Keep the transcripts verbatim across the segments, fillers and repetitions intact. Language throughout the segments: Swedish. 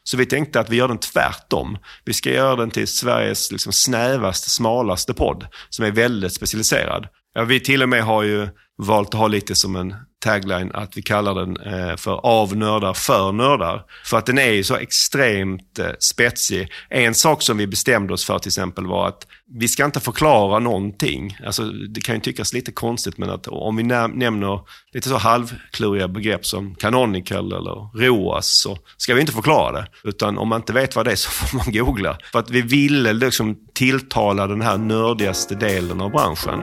Så vi tänkte att vi gör den tvärtom. Vi ska göra den till Sveriges liksom snävaste, smalaste podd som är väldigt specialiserad. Ja, vi till och med har ju valt att ha lite som en tagline att vi kallar den eh, för av nördar för nördar. För att den är ju så extremt eh, spetsig. En sak som vi bestämde oss för till exempel var att vi ska inte förklara någonting. Alltså det kan ju tyckas lite konstigt, men att om vi näm- nämner lite så halvkluriga begrepp som canonical eller R O A S så ska vi inte förklara det. Utan om man inte vet vad det är så får man googla. För att vi ville liksom tilltala den här nördigaste delen av branschen.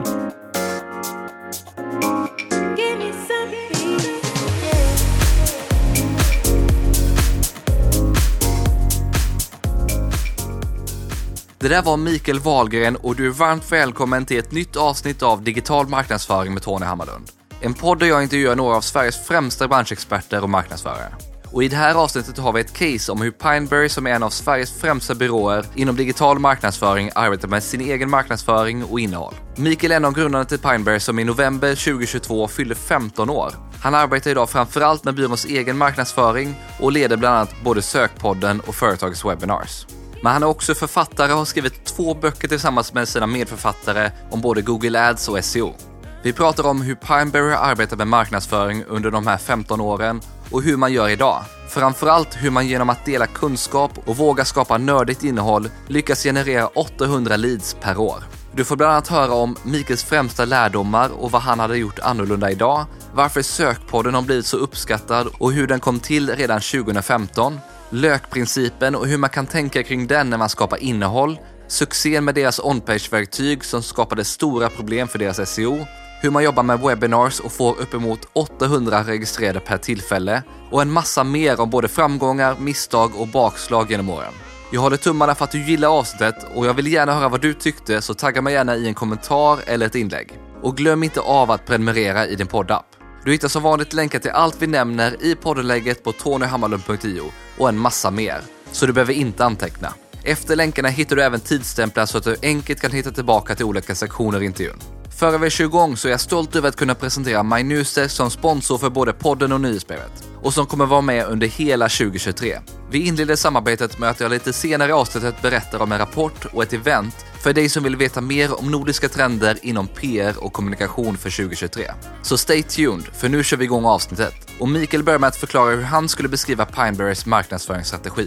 Det där var Mikael Wahlgren och du är varmt välkommen till ett nytt avsnitt av Digital marknadsföring med Tony Hammarlund. En podd där jag intervjuar några av Sveriges främsta branschexperter och marknadsförare. Och i det här avsnittet har vi ett case om hur Pineberry, som är en av Sveriges främsta byråer inom digital marknadsföring, arbetar med sin egen marknadsföring och innehåll. Mikael är en av grundarna till Pineberry som i november tjugohundratjugotvå fyllde femton år. Han arbetar idag framförallt med byråns egen marknadsföring och leder bland annat både Sökpodden och företagets webinars. Men han är också författare och har skrivit två böcker tillsammans med sina medförfattare om både Google Ads och S E O. Vi pratar om hur Pineberry arbetar med marknadsföring under de här femton åren och hur man gör idag. Framförallt hur man genom att dela kunskap och våga skapa nördigt innehåll lyckas generera åttahundra leads per år. Du får bland annat höra om Mikaels främsta lärdomar och vad han hade gjort annorlunda idag, varför Sökpodden har blivit så uppskattad och hur den kom till redan tjugohundrafemton, lökprincipen och hur man kan tänka kring den när man skapar innehåll, succén med deras on-page-verktyg som skapade stora problem för deras S E O, hur man jobbar med webinars och får uppemot åttahundra registrerade per tillfälle och en massa mer om både framgångar, misstag och bakslag genom åren. Jag håller tummarna för att du gillar avsnittet och jag vill gärna höra vad du tyckte, så tagga mig gärna i en kommentar eller ett inlägg. Och glöm inte av att prenumerera i din poddapp. Du hittar som vanligt länkar till allt vi nämner i poddenlägget på tony hammarlund punkt i o och en massa mer, så du behöver inte anteckna. Efter länkarna hittar du även tidsstämplar så att du enkelt kan hitta tillbaka till olika sektioner i intervjun. Före vi kör igång så är jag stolt över att kunna presentera MyNewsDesk som sponsor för både podden och nyhetsbrevet och som kommer vara med under hela tjugohundratjugotre. Vi inleder samarbetet med att jag lite senare i avsnittet berättar om en rapport och ett event för dig som vill veta mer om nordiska trender inom P R och kommunikation för tjugohundratjugotre. Så stay tuned, för nu kör vi igång avsnittet. Och Mikael börjar med att förklara hur han skulle beskriva Pineberrys marknadsföringsstrategi.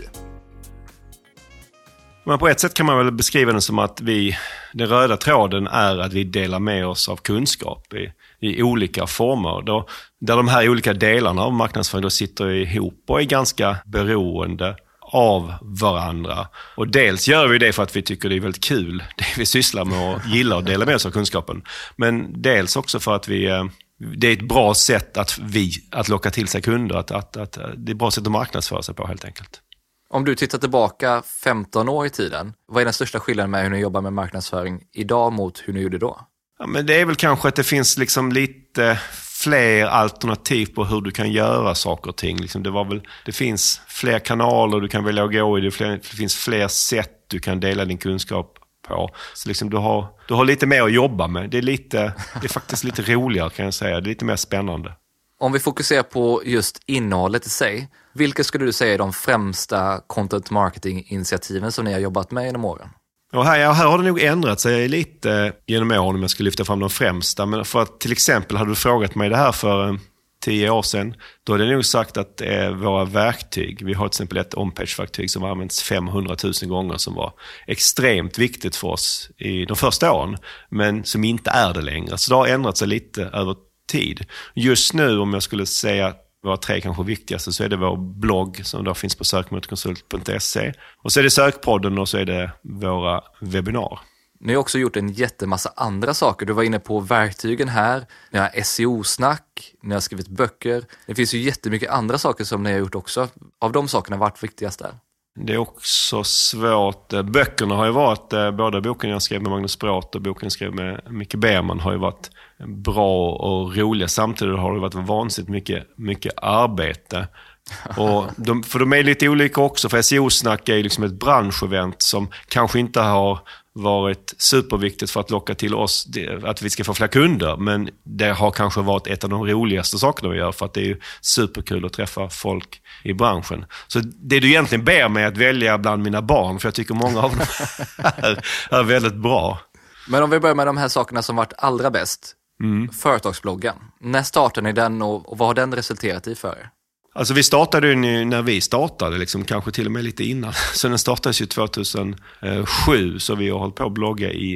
Men på ett sätt kan man väl beskriva den som att vi, den röda tråden är att vi delar med oss av kunskap i, i olika former. Då, där de här olika delarna av marknadsföring då sitter ihop och är ganska beroende av varandra. Och dels gör vi det för att vi tycker det är väldigt kul, det vi sysslar med och gillar att dela med oss av kunskapen. Men dels också för att vi, det är ett bra sätt att, vi, att locka till sig kunder, att, att, att, det är ett bra sätt att marknadsföra sig på helt enkelt. Om du tittar tillbaka femton år i tiden, vad är den största skillnaden med hur ni jobbar med marknadsföring idag mot hur ni gjorde då? Ja, men det är väl kanske att det finns liksom lite fler alternativ på hur du kan göra saker och ting. Liksom det, var väl, det finns fler kanaler du kan välja att gå i, det, fler, det finns fler sätt du kan dela din kunskap på. Så liksom du, har, du har lite mer att jobba med. Det är, lite, det är faktiskt lite roligare kan jag säga, det är lite mer spännande. Om vi fokuserar på just innehållet i sig, vilka skulle du säga är de främsta content marketing-initiativen som ni har jobbat med genom åren? Och här, ja, här har det nog ändrat sig lite genom åren om jag ska lyfta fram de främsta. Men för att till exempel hade du frågat mig det här för eh, tio år sedan, då hade jag nog sagt att det är våra verktyg. Vi har till exempel ett on-page-verktyg som har använts femhundratusen gånger som var extremt viktigt för oss i de första åren, men som inte är det längre. Så det har ändrat sig lite över tid. Just nu, om jag skulle säga våra tre kanske viktigaste, så är det vår blogg som då finns på sökmotorkonsult punkt se. Och så är det Sökpodden och så är det våra webbinar. Ni har också gjort en jättemassa andra saker. Du var inne på verktygen här. Ni har S E O-snack. Ni har skrivit böcker. Det finns ju jättemycket andra saker som ni har gjort också. Av de sakerna, vart viktigast där? Det är också svårt. Böckerna har ju varit, både boken jag skrev med Magnus Brott och boken jag skrev med Micke Berman har ju varit bra och roliga. Samtidigt har det varit vansinnigt mycket, mycket arbete. Och de, för de är lite olika också, för S E O-snack är liksom ett branschevent som kanske inte har varit superviktigt för att locka till oss att vi ska få fler kunder, men det har kanske varit ett av de roligaste sakerna vi gör, för att det är ju superkul att träffa folk i branschen. Så det du egentligen ber mig att välja bland mina barn, för jag tycker många av dem är, är väldigt bra. Men om vi börjar med de här sakerna som varit allra bäst. Mm. Företagsbloggen. När startade ni den och, och vad har den resulterat i för er? Alltså vi startade ju när vi startade, liksom, kanske till och med lite innan. Så den startades ju tjugohundrasju, så vi har hållit på att blogga i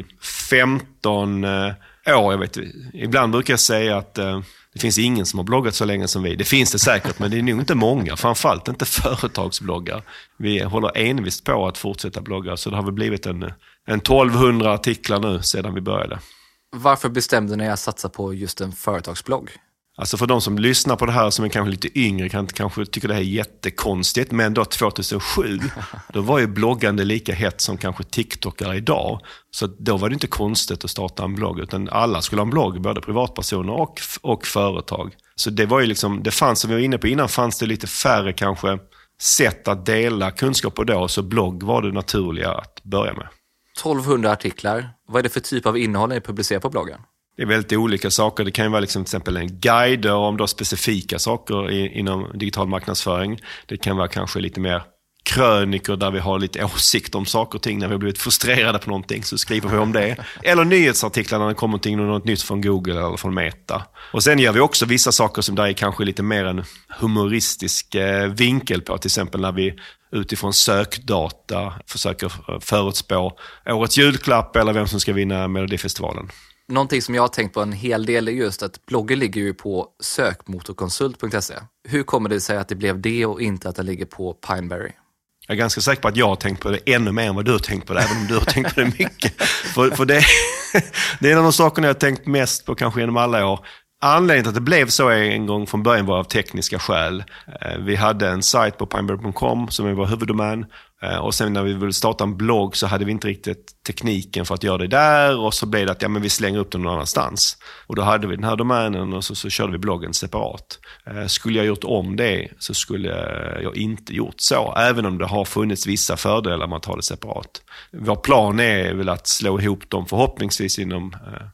femton år. Jag vet, ibland brukar jag säga att eh, det finns ingen som har bloggat så länge som vi. Det finns det säkert, men det är nog inte många. Framförallt inte företagsbloggar. Vi håller envist på att fortsätta blogga, så det har väl blivit en, en tolvhundra artiklar nu sedan vi började. Varför bestämde ni att satsa på just en företagsblogg? Alltså för de som lyssnar på det här som är kanske lite yngre kan kanske tycka det här är jättekonstigt, men då tjugohundrasju, då var ju bloggande lika hett som kanske TikTok är idag. Så då var det inte konstigt att starta en blogg, utan alla skulle ha en blogg, både privatpersoner och, och företag. Så det var ju liksom, det fanns, som vi var inne på innan, fanns det lite färre kanske sätt att dela kunskap på då, så blogg var det naturliga att börja med. tolvhundra artiklar, vad är det för typ av innehåll ni publicerar på bloggen? Det är väldigt olika saker. Det kan ju vara liksom till exempel en guide om då specifika saker i, inom digital marknadsföring. Det kan vara kanske lite mer krönikor där vi har lite åsikt om saker och ting. När vi har blivit frustrerade på någonting så skriver vi om det. Eller nyhetsartiklar när det kommer någonting, något nytt från Google eller från Meta. Och sen gör vi också vissa saker som där är kanske lite mer en humoristisk eh, vinkel på. Till exempel när vi utifrån sökdata försöker förutspå årets julklapp eller vem som ska vinna Melodifestivalen. Någonting som jag har tänkt på en hel del är just att bloggen ligger ju på sökmotorkonsult punkt se. Hur kommer det sig att det blev det och inte att det ligger på Pineberry? Jag är ganska säker på att jag har tänkt på det ännu mer än vad du har tänkt på det, även om du har tänkt på det mycket. för, för det, det är en av de sakerna jag har tänkt mest på kanske genom alla år. Anledningen till att det blev så en gång från början var av tekniska skäl. Vi hade en sajt på pineberry punkt com som var huvuddomän. Och sen när vi ville starta en blogg så hade vi inte riktigt tekniken för att göra det där. Och så blev det att ja, men vi slänger upp den någon annanstans. Och då hade vi den här domänen och så, så körde vi bloggen separat. Skulle jag gjort om det så skulle jag inte gjort så. Även om det har funnits vissa fördelar med att ha det separat. Vår plan är väl att slå ihop dem förhoppningsvis inom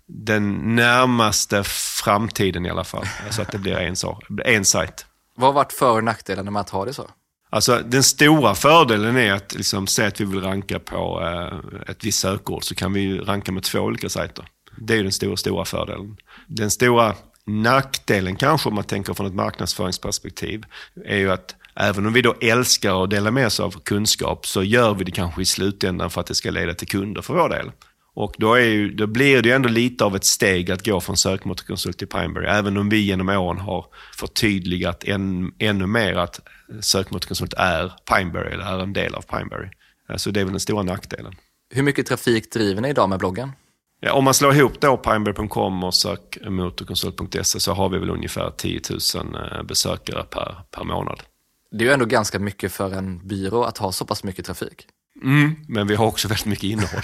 den närmaste framtiden i alla fall. Så att det blir en, sak, en sajt. Vad har varit för- och nackdelarna med att ha det så? Alltså den stora fördelen är att liksom, säga att vi vill ranka på eh, ett visst sökord, så kan vi ranka med två olika sajter. Det är ju den stora, stora fördelen. Den stora nackdelen kanske, om man tänker från ett marknadsföringsperspektiv, är ju att även om vi då älskar att dela med oss av kunskap, så gör vi det kanske i slutändan för att det ska leda till kunder för vår del. Och då, är ju, då blir det ju ändå lite av ett steg att gå från sökmotorkonsult till Pineberry. Även om vi genom åren har förtydligat än, ännu mer att sökmotorkonsult är Pineberry eller är en del av Pineberry. Så det är väl den stora nackdelen. Hur mycket trafik driver ni idag med bloggen? Ja, om man slår ihop då pineberry punkt com och sökmotorkonsult punkt se så har vi väl ungefär tio tusen besökare per, per månad. Det är ju ändå ganska mycket för en byrå att ha så pass mycket trafik. Mm, men vi har också väldigt mycket innehåll.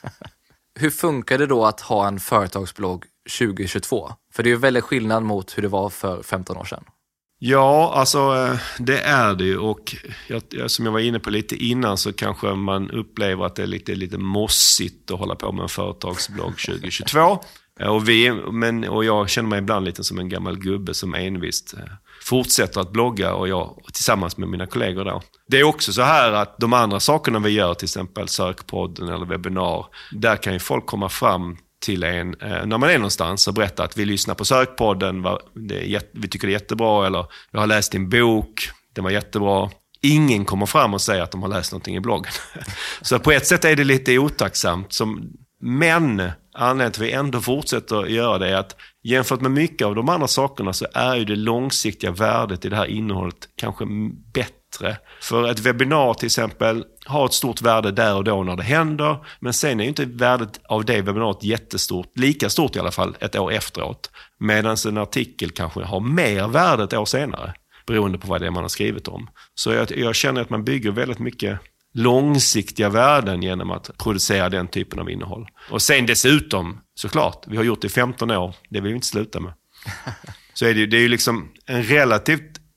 Hur funkar det då att ha en företagsblogg tjugohundratjugotvå? För det är ju väldigt skillnad mot hur det var för femton år sedan. Ja, alltså det är det ju, och jag, som jag var inne på lite innan så kanske man upplever att det är lite, lite mossigt att hålla på med en företagsblogg tjugohundratjugotvå. Och, vi, men, och jag känner mig ibland lite som en gammal gubbe som envist fortsätter att blogga, och jag tillsammans med mina kollegor då. Det är också så här att de andra sakerna vi gör, till exempel sökpodden eller webbinar, där kan ju folk komma fram till en, när man är någonstans och berätta att vi lyssnar på sökpodden, det är, vi tycker det är jättebra, eller jag har läst din bok, den var jättebra. Ingen kommer fram och säger att de har läst någonting i bloggen. Så på ett sätt är det lite otacksamt, som, men anledningen till att vi ändå fortsätter att göra det är att jämfört med mycket av de andra sakerna så är ju det långsiktiga värdet i det här innehållet kanske bättre. För ett webbinar till exempel har ett stort värde där och då när det händer, men sen är ju inte värdet av det webbinariet jättestort, lika stort i alla fall ett år efteråt, medan en artikel kanske har mer värde ett år senare beroende på vad det är man har skrivit om. Så jag, jag känner att man bygger väldigt mycket långsiktiga värden genom att producera den typen av innehåll. Och sen dessutom, såklart, vi har gjort det i femton år, det vill vi inte sluta med. Så är det, det är ju liksom en relativt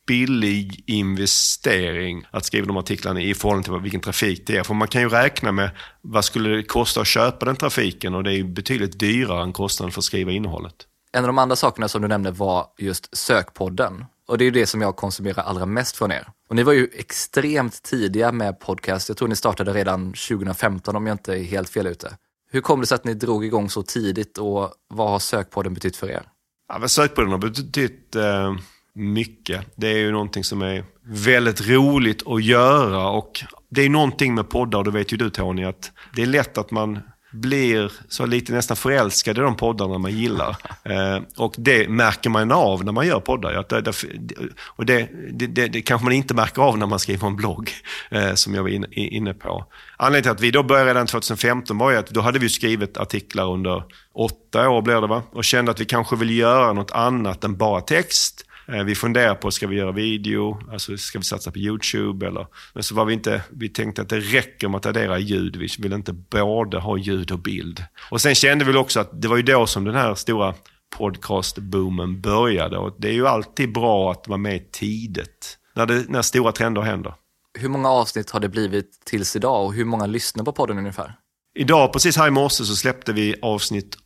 billig investering att skriva de artiklarna i förhållande till vilken trafik det är. För man kan ju räkna med vad skulle det kosta att köpa den trafiken, och det är ju betydligt dyrare än kostnaden för att skriva innehållet. En av de andra sakerna som du nämnde var just sökpodden. Och det är ju det som jag konsumerar allra mest från er. Och ni var ju extremt tidiga med podcast. Jag tror ni startade redan tjugo femton om jag inte är helt fel ute. Hur kom det sig att ni drog igång så tidigt, och vad har sökpodden betytt för er? Ja, men sökpodden har betytt eh, mycket. Det är ju någonting som är väldigt roligt att göra, och det är någonting med poddar, och det vet ju du Tony, att det är lätt att man blir så lite nästan förälskad i de poddarna man gillar. Eh, och det märker man av när man gör poddar. Att det, det, och det, det, det, det kanske man inte märker av när man skriver en blogg, eh, som jag var inne, inne på. Anledningen till att vi då började redan tjugo femton var ju att då hade vi skrivit artiklar under åtta år blev det, va? Och kände att vi kanske vill göra något annat än bara text. Vi funderar på, ska vi göra video? Alltså ska vi satsa på YouTube? Eller? Men så var vi inte, vi tänkte att det räcker med att addera ljud. Vi vill inte både ha ljud och bild. Och sen kände vi också att det var ju då som den här stora podcast-boomen började. Och det är ju alltid bra att vara med tidigt, när, det, när stora trender händer. Hur många avsnitt har det blivit tills idag, och hur många lyssnar på podden ungefär? Idag, precis här i morse, så släppte vi avsnitt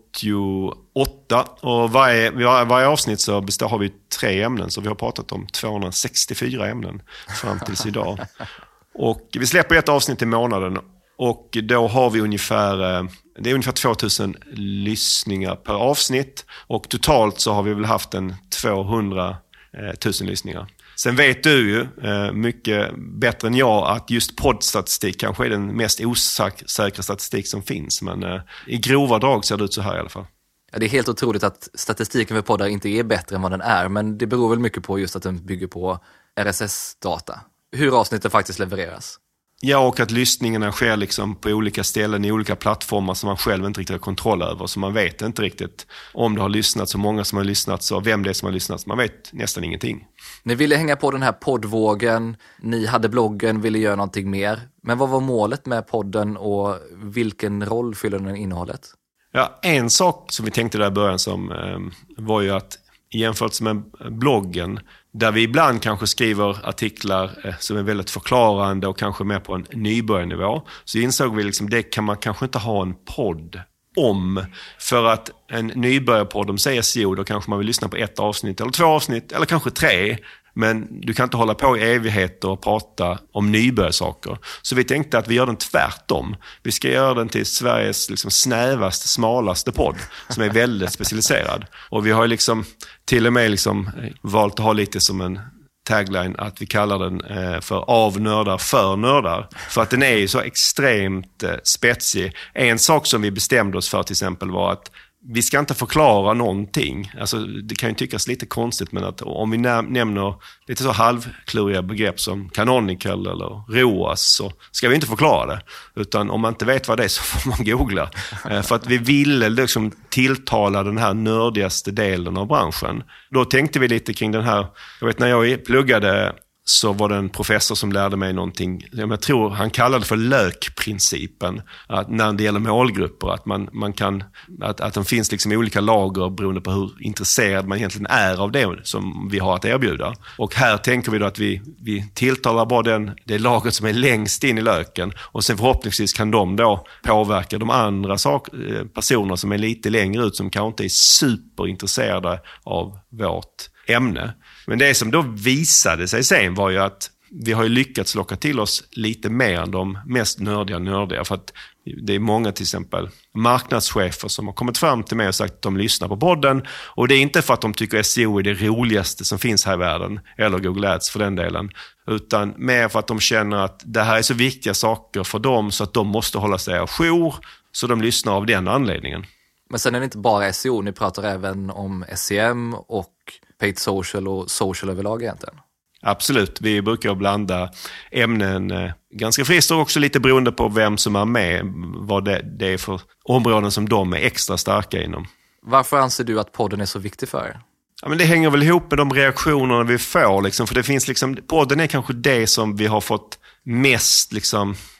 åttioåtta, och varje, varje avsnitt så består, har vi tre ämnen, så vi har pratat om tvåhundrasextiofyra ämnen fram tills idag. Och vi släpper ett avsnitt i månaden, och då har vi ungefär, det är ungefär tvåtusen lyssningar per avsnitt, och totalt så har vi väl haft en tvåhundratusen lyssningar. Sen vet du ju eh, mycket bättre än jag att just poddstatistik kanske är den mest osäkra statistik som finns. Men eh, i grova drag ser det ut så här i alla fall. Ja, det är helt otroligt att statistiken för poddar inte är bättre än vad den är. Men det beror väl mycket på just att den bygger på R S S-data. Hur avsnittet faktiskt levereras. Ja, och att lyssningarna sker liksom på olika ställen i olika plattformar som man själv inte riktigt har kontroll över. Så man vet inte riktigt om det har lyssnat, så många som har lyssnat, så vem det är som har lyssnat. Man vet nästan ingenting. Ni ville hänga på den här poddvågen, ni hade bloggen, ville göra någonting mer. Men vad var målet med podden, och vilken roll fyller den innehållet? Ja, en sak som vi tänkte där i början som eh, var ju att jämfört med bloggen, där vi ibland kanske skriver artiklar eh, som är väldigt förklarande och kanske mer på en nybörjarnivå, så insåg vi liksom det kan man kanske inte ha en podd om. För att en nybörjarpodd om C S E O, då kanske man vill lyssna på ett avsnitt eller två avsnitt eller kanske tre. Men du kan inte hålla på i evigheter och prata om nybörjarsaker. Så vi tänkte att vi gör den tvärtom. Vi ska göra den till Sveriges liksom snävaste, smalaste podd som är väldigt specialiserad. Och vi har liksom till och med liksom valt att ha lite som en tagline att vi kallar den för av nördar för nördar. För att den är ju så extremt spetsig. En sak som vi bestämde oss för till exempel var att vi ska inte förklara någonting. Alltså, det kan ju tyckas lite konstigt, men att om vi nämner lite så halvkluriga begrepp som canonical eller R O A S, så ska vi inte förklara det. Utan om man inte vet vad det är så får man googla. För att vi ville liksom tilltala den här nördigaste delen av branschen. Då tänkte vi lite kring den här, jag vet när jag pluggade så var det en professor som lärde mig någonting. Jag tror han kallade det för lökprincipen. Att när det gäller målgrupper, att man, man kan, att, att de finns liksom i olika lager beroende på hur intresserad man egentligen är av det som vi har att erbjuda. Och här tänker vi då att vi, vi tilltalar bara den, det lagret som är längst in i löken. Och sen förhoppningsvis kan de då påverka de andra sak, personer som är lite längre ut, som kanske inte är superintresserade av vårt ämne. Men det som då visade sig sen var ju att vi har ju lyckats locka till oss lite mer än de mest nördiga nördiga. För att det är många till exempel marknadschefer som har kommit fram till mig och sagt att de lyssnar på podden. Och det är inte för att de tycker S E O är det roligaste som finns här i världen, eller Google Ads för den delen. Utan mer för att de känner att det här är så viktiga saker för dem så att de måste hålla sig ajour, så de lyssnar av den anledningen. Men sen är det inte bara S E O, ni pratar även om S E M och paid social och social överlag egentligen. Absolut, vi brukar blanda ämnen eh, ganska friskt, och också lite beroende på vem som är med, vad det, det är för områden som de är extra starka inom. Varför anser du att podden är så viktig för er? Ja, men det hänger väl ihop med de reaktionerna vi får, liksom, för det finns liksom, podden är kanske det som vi har fått mest liksom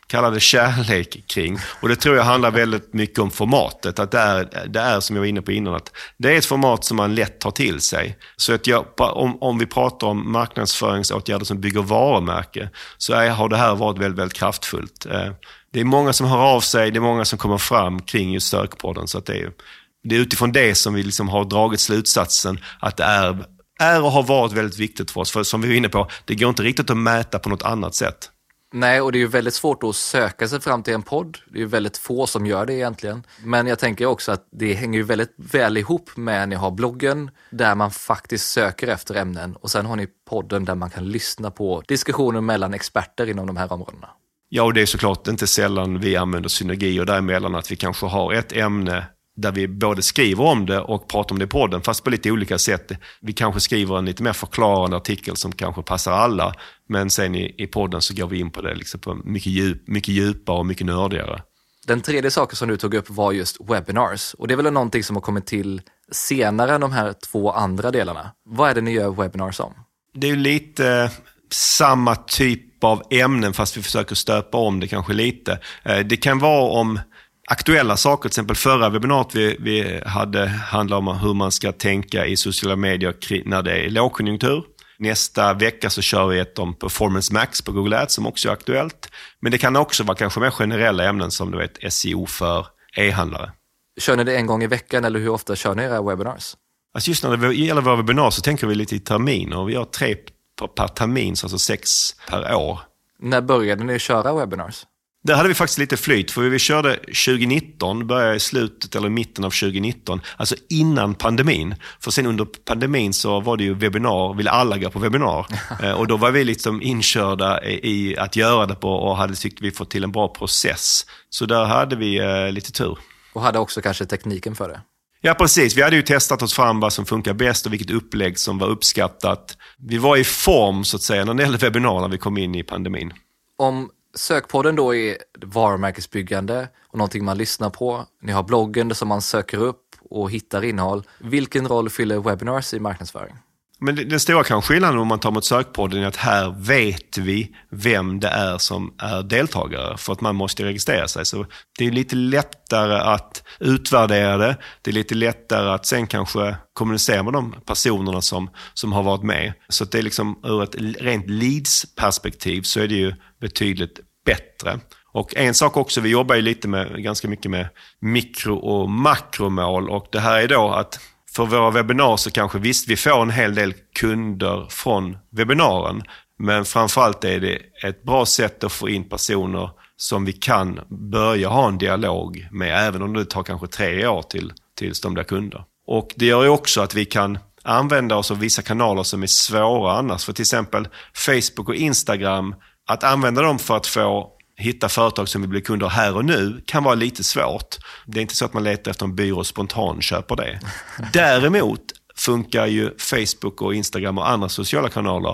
kalla det kärlek kring. Och det tror jag handlar väldigt mycket om formatet. Att det är, det är som jag var inne på innan, att det är ett format som man lätt tar till sig. Så att jag, om, om vi pratar om marknadsföringsåtgärder som bygger varumärke, så är, har det här varit väldigt, väldigt kraftfullt. Det är många som hör av sig, det är många som kommer fram kring just Sökpodden. Så att det, är, det är utifrån det som vi liksom har dragit slutsatsen att det är, är och har varit väldigt viktigt för oss. För som vi var inne på, det går inte riktigt att mäta på något annat sätt. Nej, och det är ju väldigt svårt att söka sig fram till en podd. Det är ju väldigt få som gör det egentligen. Men jag tänker också att det hänger ju väldigt väl ihop med att ni har bloggen där man faktiskt söker efter ämnen. Och sen har ni podden där man kan lyssna på diskussioner mellan experter inom de här områdena. Ja, och det är såklart inte sällan vi använder synergier däremellan, att vi kanske har ett ämne där vi både skriver om det och pratar om det i podden, fast på lite olika sätt. Vi kanske skriver en lite mer förklarande artikel som kanske passar alla, men sen i, i podden så går vi in på det liksom på mycket, djup, mycket djupare och mycket nördigare. Den tredje saken som du tog upp var just webinars, och det är väl någonting som har kommit till senare än de här två andra delarna. Vad är det ni gör webinars om? Det är ju lite samma typ av ämnen, fast vi försöker stöpa om det kanske lite. Det kan vara om aktuella saker, till exempel förra webbinariet vi, vi hade handlar om hur man ska tänka i sociala medier när det är lågkonjunktur. Nästa vecka så kör vi ett om Performance Max på Google Ads som också är aktuellt. Men det kan också vara kanske mer generella ämnen som du vet S E O för e-handlare. Kör ni det en gång i veckan eller hur ofta kör ni era webinars? Alltså just när det gäller våra webbinars så tänker vi lite i terminer. Vi har tre per termin, alltså sex per år. När började ni köra webinars? Där hade vi faktiskt lite flyt, för vi körde tjugonitton, började i slutet eller mitten av tjugonitton, alltså innan pandemin. För sen under pandemin så var det ju webbinar, ville alla gå på webbinar. Och då var vi liksom inkörda i att göra det på och hade tyckt vi fått till en bra process. Så där hade vi eh, lite tur. Och hade också kanske tekniken för det? Ja, precis. Vi hade ju testat oss fram vad som funkar bäst och vilket upplägg som var uppskattat. Vi var i form så att säga när det gällde webbinar när vi kom in i pandemin. Om Sökpodden då är varumärkesbyggande och någonting man lyssnar på. Ni har bloggen som man söker upp och hittar innehåll. Vilken roll fyller webinars i marknadsföring? Men den stora kanske skillnaden om man tar mot Sökpodden är att här vet vi vem det är som är deltagare, för att man måste registrera sig. Så det är lite lättare att utvärdera det. Det är lite lättare att sen kanske kommunicera med de personerna som, som har varit med. Så att det är liksom ur ett rent leads-perspektiv så är det ju betydligt bättre. Och en sak också, vi jobbar ju lite med, ganska mycket med mikro- och makromål, och det här är då att för våra webbinar så kanske visst vi får en hel del kunder från webbinaren, men framförallt är det ett bra sätt att få in personer som vi kan börja ha en dialog med, även om det tar kanske tre år till, tills de blir kunder. Och det gör ju också att vi kan använda oss av vissa kanaler som är svåra annars, för till exempel Facebook och Instagram, att använda dem för att få hitta företag som vill bli kunder här och nu kan vara lite svårt. Det är inte så att man letar efter en byrå och spontan köper det. Däremot funkar ju Facebook och Instagram och andra sociala kanaler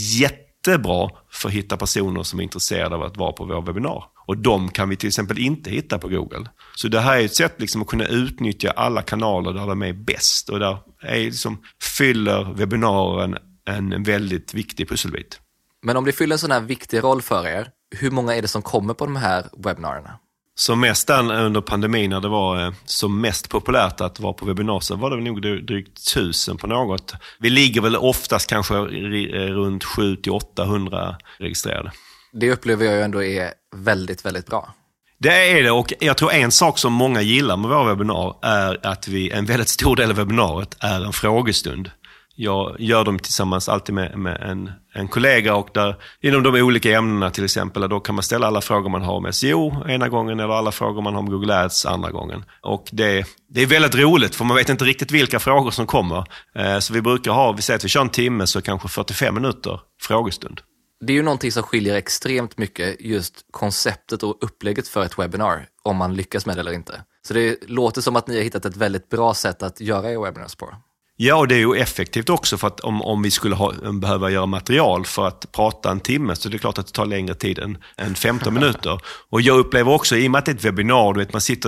jättebra för att hitta personer som är intresserade av att vara på vår webbinar. Och de kan vi till exempel inte hitta på Google. Så det här är ett sätt liksom att kunna utnyttja alla kanaler där de är bäst. Och där är liksom, fyller webbinaren en väldigt viktig pusselbit. Men om det fyller en sån här viktig roll för er, hur många är det som kommer på de här webbinarierna? Som mest under pandemin när det var som mest populärt att vara på webbinar så var det nog drygt tusen på något. Vi ligger väl oftast kanske runt sju till åttahundra registrerade. Det upplever jag ju ändå är väldigt, väldigt bra. Det är det, och jag tror en sak som många gillar med våra webbinar är att vi, en väldigt stor del av webbinariet är en frågestund. Jag gör dem tillsammans alltid med, med en, en kollega, och där inom de olika ämnena till exempel, då kan man ställa alla frågor man har om S E O ena gången eller alla frågor man har om Google Ads andra gången. Och det, det är väldigt roligt för man vet inte riktigt vilka frågor som kommer. Eh, så vi brukar ha, vi säger att vi kör en timme så kanske fyrtiofem minuter frågestund. Det är ju någonting som skiljer extremt mycket, just konceptet och upplägget för ett webbinar, om man lyckas med det eller inte. Så det låter som att ni har hittat ett väldigt bra sätt att göra er webinars på. Ja, och det är ju effektivt också, för att om, om vi skulle ha, behöva göra material för att prata en timme så det är klart att det tar längre tid än, än femton minuter. Och jag upplever också, i och med att det är ett webbinar, du vet, man sitter där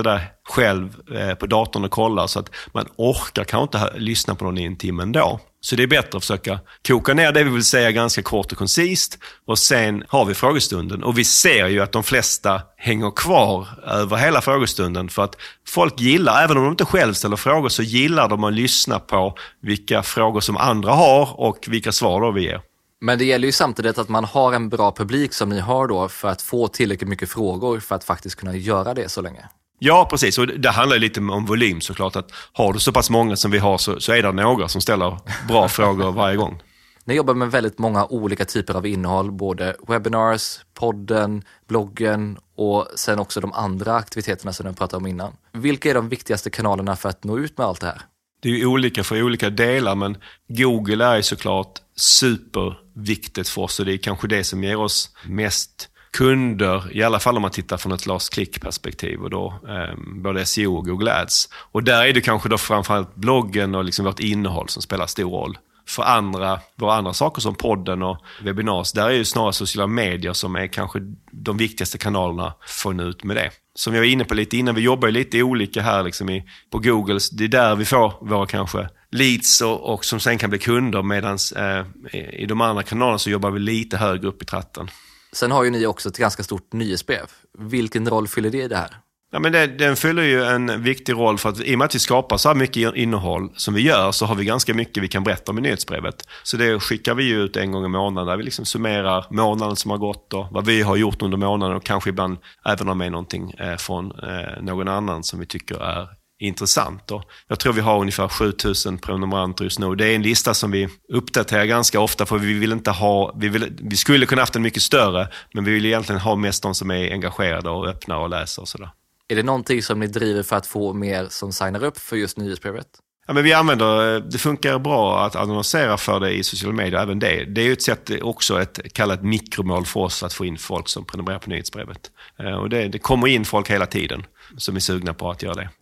själv eh, på datorn och kollar, så att man orkar kanske inte ha, lyssna på någon i en timme ändå. Så det är bättre att försöka koka ner det vi vill säga ganska kort och koncist, och sen har vi frågestunden. Och vi ser ju att de flesta hänger kvar över hela frågestunden, för att folk gillar, även om de inte själv ställer frågor, så gillar de att lyssna på vilka frågor som andra har och vilka svar då vi ger. Men det gäller ju samtidigt att man har en bra publik som ni har då för att få tillräckligt mycket frågor för att faktiskt kunna göra det så länge. Ja, precis. Och det handlar lite om volym såklart. Att har du så pass många som vi har, så, så är det några som ställer bra frågor varje gång. Ni jobbar med väldigt många olika typer av innehåll, både webinars, podden, bloggen och sen också de andra aktiviteterna som jag pratade om innan. Vilka är de viktigaste kanalerna för att nå ut med allt det här? Det är ju olika för olika delar, men Google är ju såklart superviktigt för oss, och det är kanske det som ger oss mest kunder, i alla fall om man tittar från ett last click-perspektiv, och då eh, både S E O och Google Ads. Och där är det kanske då framförallt bloggen och liksom vårt innehåll som spelar stor roll. För andra, våra andra saker som podden och webinars, där är ju snarare sociala medier som är kanske de viktigaste kanalerna för att nå ut med det. Som jag var inne på lite innan, vi jobbar ju lite olika här liksom i, på Google. Det är där vi får våra kanske leads och, och som sen kan bli kunder, medan eh, i de andra kanalerna så jobbar vi lite högre upp i tratten. Sen har ju ni också ett ganska stort nyhetsbrev. Vilken roll fyller det i det här? Ja, men det, den fyller ju en viktig roll, för att i och med att vi skapar så här mycket innehåll som vi gör, så har vi ganska mycket vi kan berätta om i nyhetsbrevet. Så det skickar vi ju ut en gång i månaden, där vi liksom summerar månaden som har gått och vad vi har gjort under månaden, och kanske ibland även ha med någonting eh, från eh, någon annan som vi tycker är intressant. Och jag tror vi har ungefär sjutusen prenumeranter just nu. Det är en lista som vi uppdaterar ganska ofta, för vi vill inte ha, vi, vill, vi skulle kunna haft en mycket större, men vi vill egentligen ha mest de som är engagerade och öppna och läser och sådär. Är det någonting som ni driver för att få mer som signar upp för just nyhetsbrevet? Ja, men vi använder, det funkar bra att annonsera för det i sociala medier, även det. Det är ju ett sätt, också ett kallat mikromål för oss att få in folk som prenumererar på nyhetsbrevet. Och det, det kommer in folk hela tiden som är sugna på att göra det.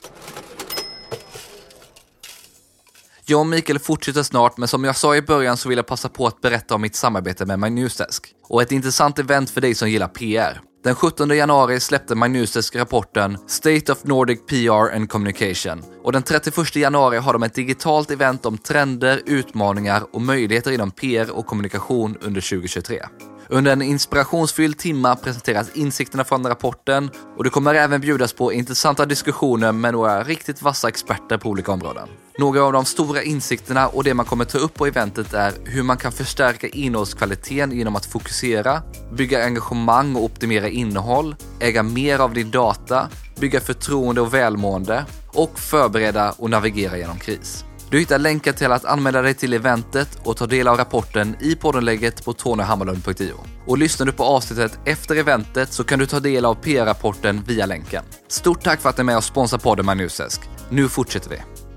Jag och Mikael fortsätter snart, men som jag sa i början så vill jag passa på att berätta om mitt samarbete med MyNewsDesk. Och ett intressant event för dig som gillar P R. Den sjuttonde januari släppte MyNewsDesk rapporten State of Nordic P R and Communication. Och den trettioförsta januari har de ett digitalt event om trender, utmaningar och möjligheter inom P R och kommunikation under tjugohundratjugotre. Under en inspirationsfylld timma presenteras insikterna från rapporten, och det kommer även bjudas på intressanta diskussioner med några riktigt vassa experter på olika områden. Några av de stora insikterna och det man kommer ta upp på eventet är hur man kan förstärka innehållskvaliteten genom att fokusera, bygga engagemang och optimera innehåll, äga mer av din data, bygga förtroende och välmående och förbereda och navigera genom kris. Du hittar länkar till att anmäla dig till eventet och ta del av rapporten i poddenlägget på tony hammarlund punkt io. Och lyssnar du på avsnittet efter eventet så kan du ta del av P R-rapporten via länken. Stort tack för att ni är med och sponsrar podden MyNewsDesk. Nu fortsätter vi.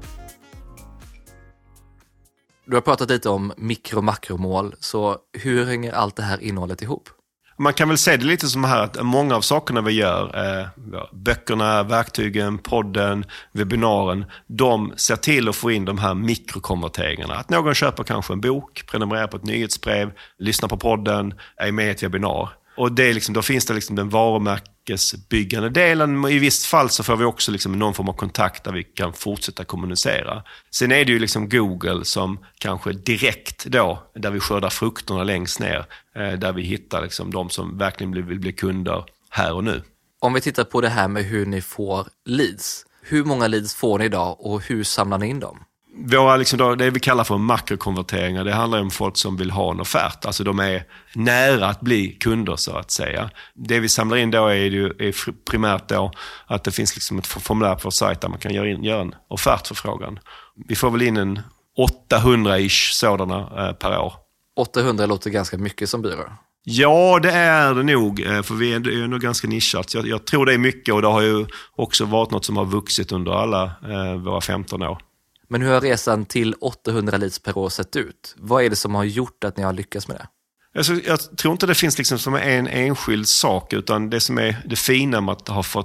Du har pratat lite om mikro- och makromål, så hur hänger allt det här innehållet ihop? Man kan väl säga det lite som här att många av sakerna vi gör, eh, böckerna, verktygen, podden, webbinaren, de ser till att få in de här mikrokonverteringarna. Att någon köper kanske en bok, prenumererar på ett nyhetsbrev, lyssnar på podden, är med i ett webbinar. Och det är liksom, då finns det liksom den varumärkesbyggande delen. I visst fall så får vi också liksom någon form av kontakt där vi kan fortsätta kommunicera. Sen är det ju liksom Google som kanske direkt då, där vi skördar frukterna längst ner, där vi hittar liksom de som verkligen vill bli kunder här och nu. Om vi tittar på det här med hur ni får leads. Hur många leads får ni idag och hur samlar ni in dem? Våra, liksom då, det vi kallar för makrokonverteringar, det handlar om folk som vill ha en offert. Alltså de är nära att bli kunder så att säga. Det vi samlar in då är, ju, är primärt då att det finns liksom ett formulär på vår sajt där man kan göra, in, göra en offertförfrågan. Vi får väl in en åttahundra-ish sådana eh, per år. åttahundra låter ganska mycket som byrå. Ja, det är det nog, för vi är ju nog ganska nischat. Jag, jag tror det är mycket, och det har ju också varit något som har vuxit under alla eh, våra femton år. Men hur har resan till åttahundra leads per år sett ut? Vad är det som har gjort att ni har lyckats med det? Alltså, jag tror inte det finns liksom som en enskild sak, utan det som är det fina med att ha fått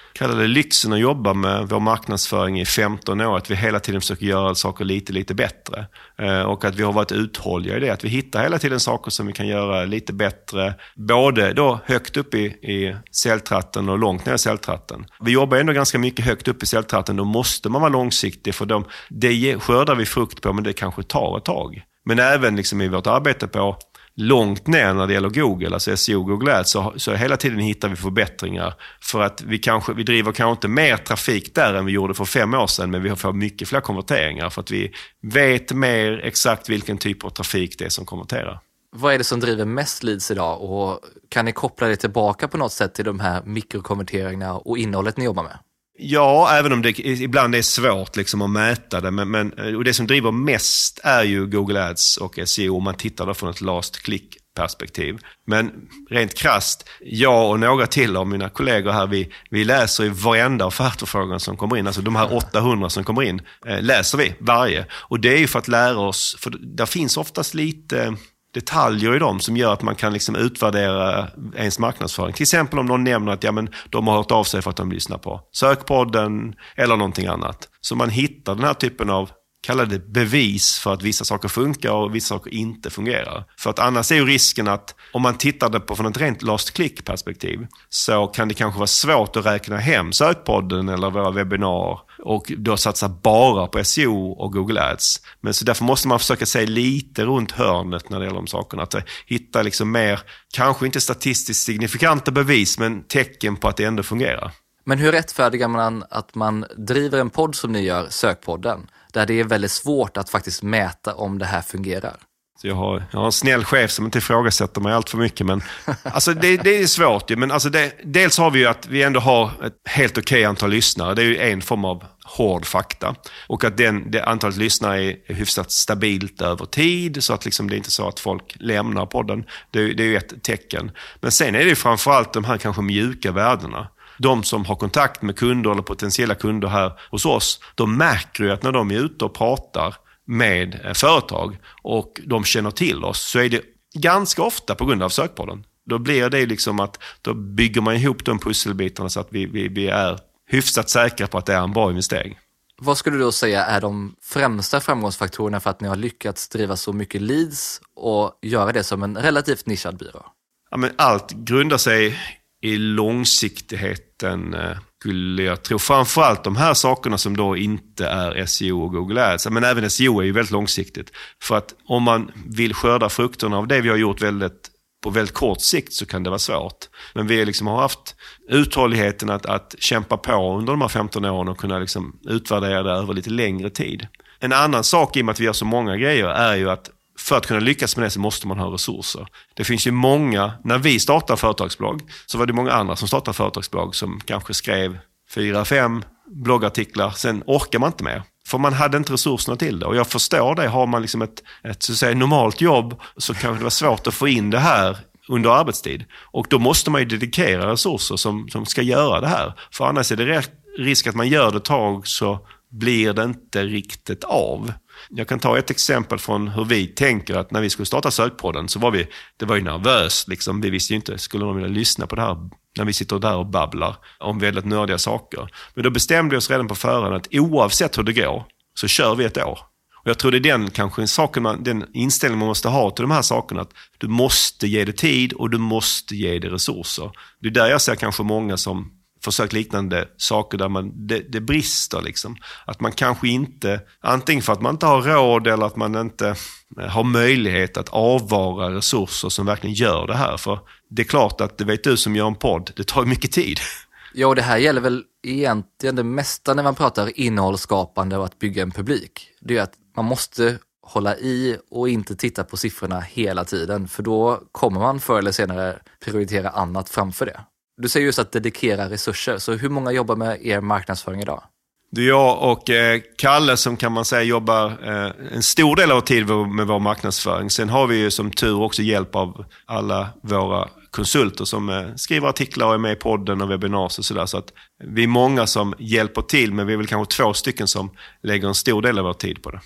kallar det lyxen att jobba med vår marknadsföring i femton år. Att vi hela tiden försöker göra saker lite, lite bättre. Eh, och att vi har varit uthålliga i det. Att vi hittar hela tiden saker som vi kan göra lite bättre. Både då högt upp i, i celltratten och långt ner i celltratten. Vi jobbar ändå ganska mycket högt upp i celltratten. Då måste man vara långsiktig, för de, det skördar vi frukt på, men det kanske tar ett tag. Men även liksom i vårt arbete på långt ner när det gäller Google, alltså S E O, Google Ads, så, så hela tiden hittar vi förbättringar. För att vi kanske, vi driver kanske inte mer trafik där än vi gjorde för fem år sedan, men vi har fått mycket fler konverteringar för att vi vet mer exakt vilken typ av trafik det är som konverterar. Vad är det som driver mest leads idag, och kan ni koppla det tillbaka på något sätt till de här mikrokonverteringarna och innehållet ni jobbar med? Ja, även om det ibland är svårt liksom att mäta det. Men, men, och det som driver mest är ju Google Ads och S E O om man tittar då från ett last click-perspektiv. Men rent krasst, jag och några till av mina kollegor här, vi, vi läser ju varenda offertförfrågan som kommer in. Alltså de här åttahundra som kommer in eh, läser vi varje. Och det är ju för att lära oss, för där finns oftast lite detaljer i dem som gör att man kan liksom utvärdera ens marknadsföring. Till exempel om någon nämner att ja, men de har hört av sig för att de lyssnar på Sökpodden eller någonting annat. Så man hittar den här typen av, kallar det bevis för att vissa saker funkar och vissa saker inte fungerar. För att annars är ju risken att om man tittar på från ett rent last click-perspektiv så kan det kanske vara svårt att räkna hem Sökpodden eller våra webbinar och då satsa bara på S E O och Google Ads. Men så därför måste man försöka se lite runt hörnet när det gäller de sakerna. Att hitta liksom mer, kanske inte statistiskt signifikanta bevis, men tecken på att det ändå fungerar. Men hur rättfärdigar man att man driver en podd som ni gör, Sökpodden, där det är väldigt svårt att faktiskt mäta om det här fungerar? Så jag, har, jag har en snäll chef som inte ifrågasätter mig allt för mycket. Men alltså det, det är svårt ju. Men alltså det, dels har vi ju att vi ändå har ett helt okej antal lyssnare. Det är ju en form av hård fakta. Och att den, det antalet lyssnare är hyfsat stabilt över tid. Så att liksom det är inte så att folk lämnar podden. Det, det är ju ett tecken. Men sen är det ju framförallt de här kanske mjuka värdena. De som har kontakt med kunder eller potentiella kunder här hos oss, de märker ju att när de är ute och pratar med företag och de känner till oss, så är det ganska ofta på grund av Sökpodden. Då blir det liksom att då bygger man ihop de pusselbitarna så att vi, vi, vi är hyfsat säkra på att det är en bra investering. Vad skulle du då säga är de främsta framgångsfaktorerna för att ni har lyckats driva så mycket leads och göra det som en relativt nischad byrå? Ja, men allt grundar sig i långsiktigheten, skulle jag tro. Framförallt de här sakerna som då inte är S E O och Google Ads. Men även S E O är ju väldigt långsiktigt. För att om man vill skörda frukterna av det vi har gjort väldigt, på väldigt kort sikt, så kan det vara svårt. Men vi liksom har haft uthålligheten att, att kämpa på under de här femton åren och kunna liksom utvärdera det över lite längre tid. En annan sak i och med att vi gör så många grejer är ju att för att kunna lyckas med det så måste man ha resurser. Det finns ju många, när vi startar företagsblogg så var det många andra som startar företagsblogg som kanske skrev fyra, fem bloggartiklar, sen orkar man inte mer. För man hade inte resurserna till det. Och jag förstår det, har man liksom ett, ett så att säga, normalt jobb så kan det vara svårt att få in det här under arbetstid. Och då måste man ju dedikera resurser som, som ska göra det här. För annars är det risk att man gör det ett tag så blir det inte riktigt av. Jag kan ta ett exempel från hur vi tänker att när vi skulle starta Sökpodden så var vi, det var ju nervöst liksom. Vi visste ju inte, skulle de vilja lyssna på det här när vi sitter där och babblar om väldigt nördiga saker. Men då bestämde vi oss redan på förhand att oavsett hur det går så kör vi ett år. Och jag tror det är den kanske en sak man, den inställning man måste ha till de här sakerna, att du måste ge det tid och du måste ge det resurser. Det är där jag ser kanske många som försökt liknande saker där man, det, det brister liksom. Att man kanske inte, antingen för att man inte har råd eller att man inte har möjlighet att avvara resurser som verkligen gör det här. För det är klart att det vet du som gör en podd, det tar mycket tid. Ja, och det här gäller väl egentligen det mesta när man pratar innehållsskapande och att bygga en publik. Det är att man måste hålla i och inte titta på siffrorna hela tiden, för då kommer man förr eller senare prioritera annat framför det. Du säger just att dedikera resurser, så hur många jobbar med er marknadsföring idag? Det är jag och eh, Kalle som kan man säga jobbar eh, en stor del av tiden med vår marknadsföring. Sen har vi ju som tur också hjälp av alla våra konsulter som eh, skriver artiklar och är med i podden och webbinars och sådär. Så att vi är många som hjälper till, men vi är väl kanske två stycken som lägger en stor del av vår tid på det.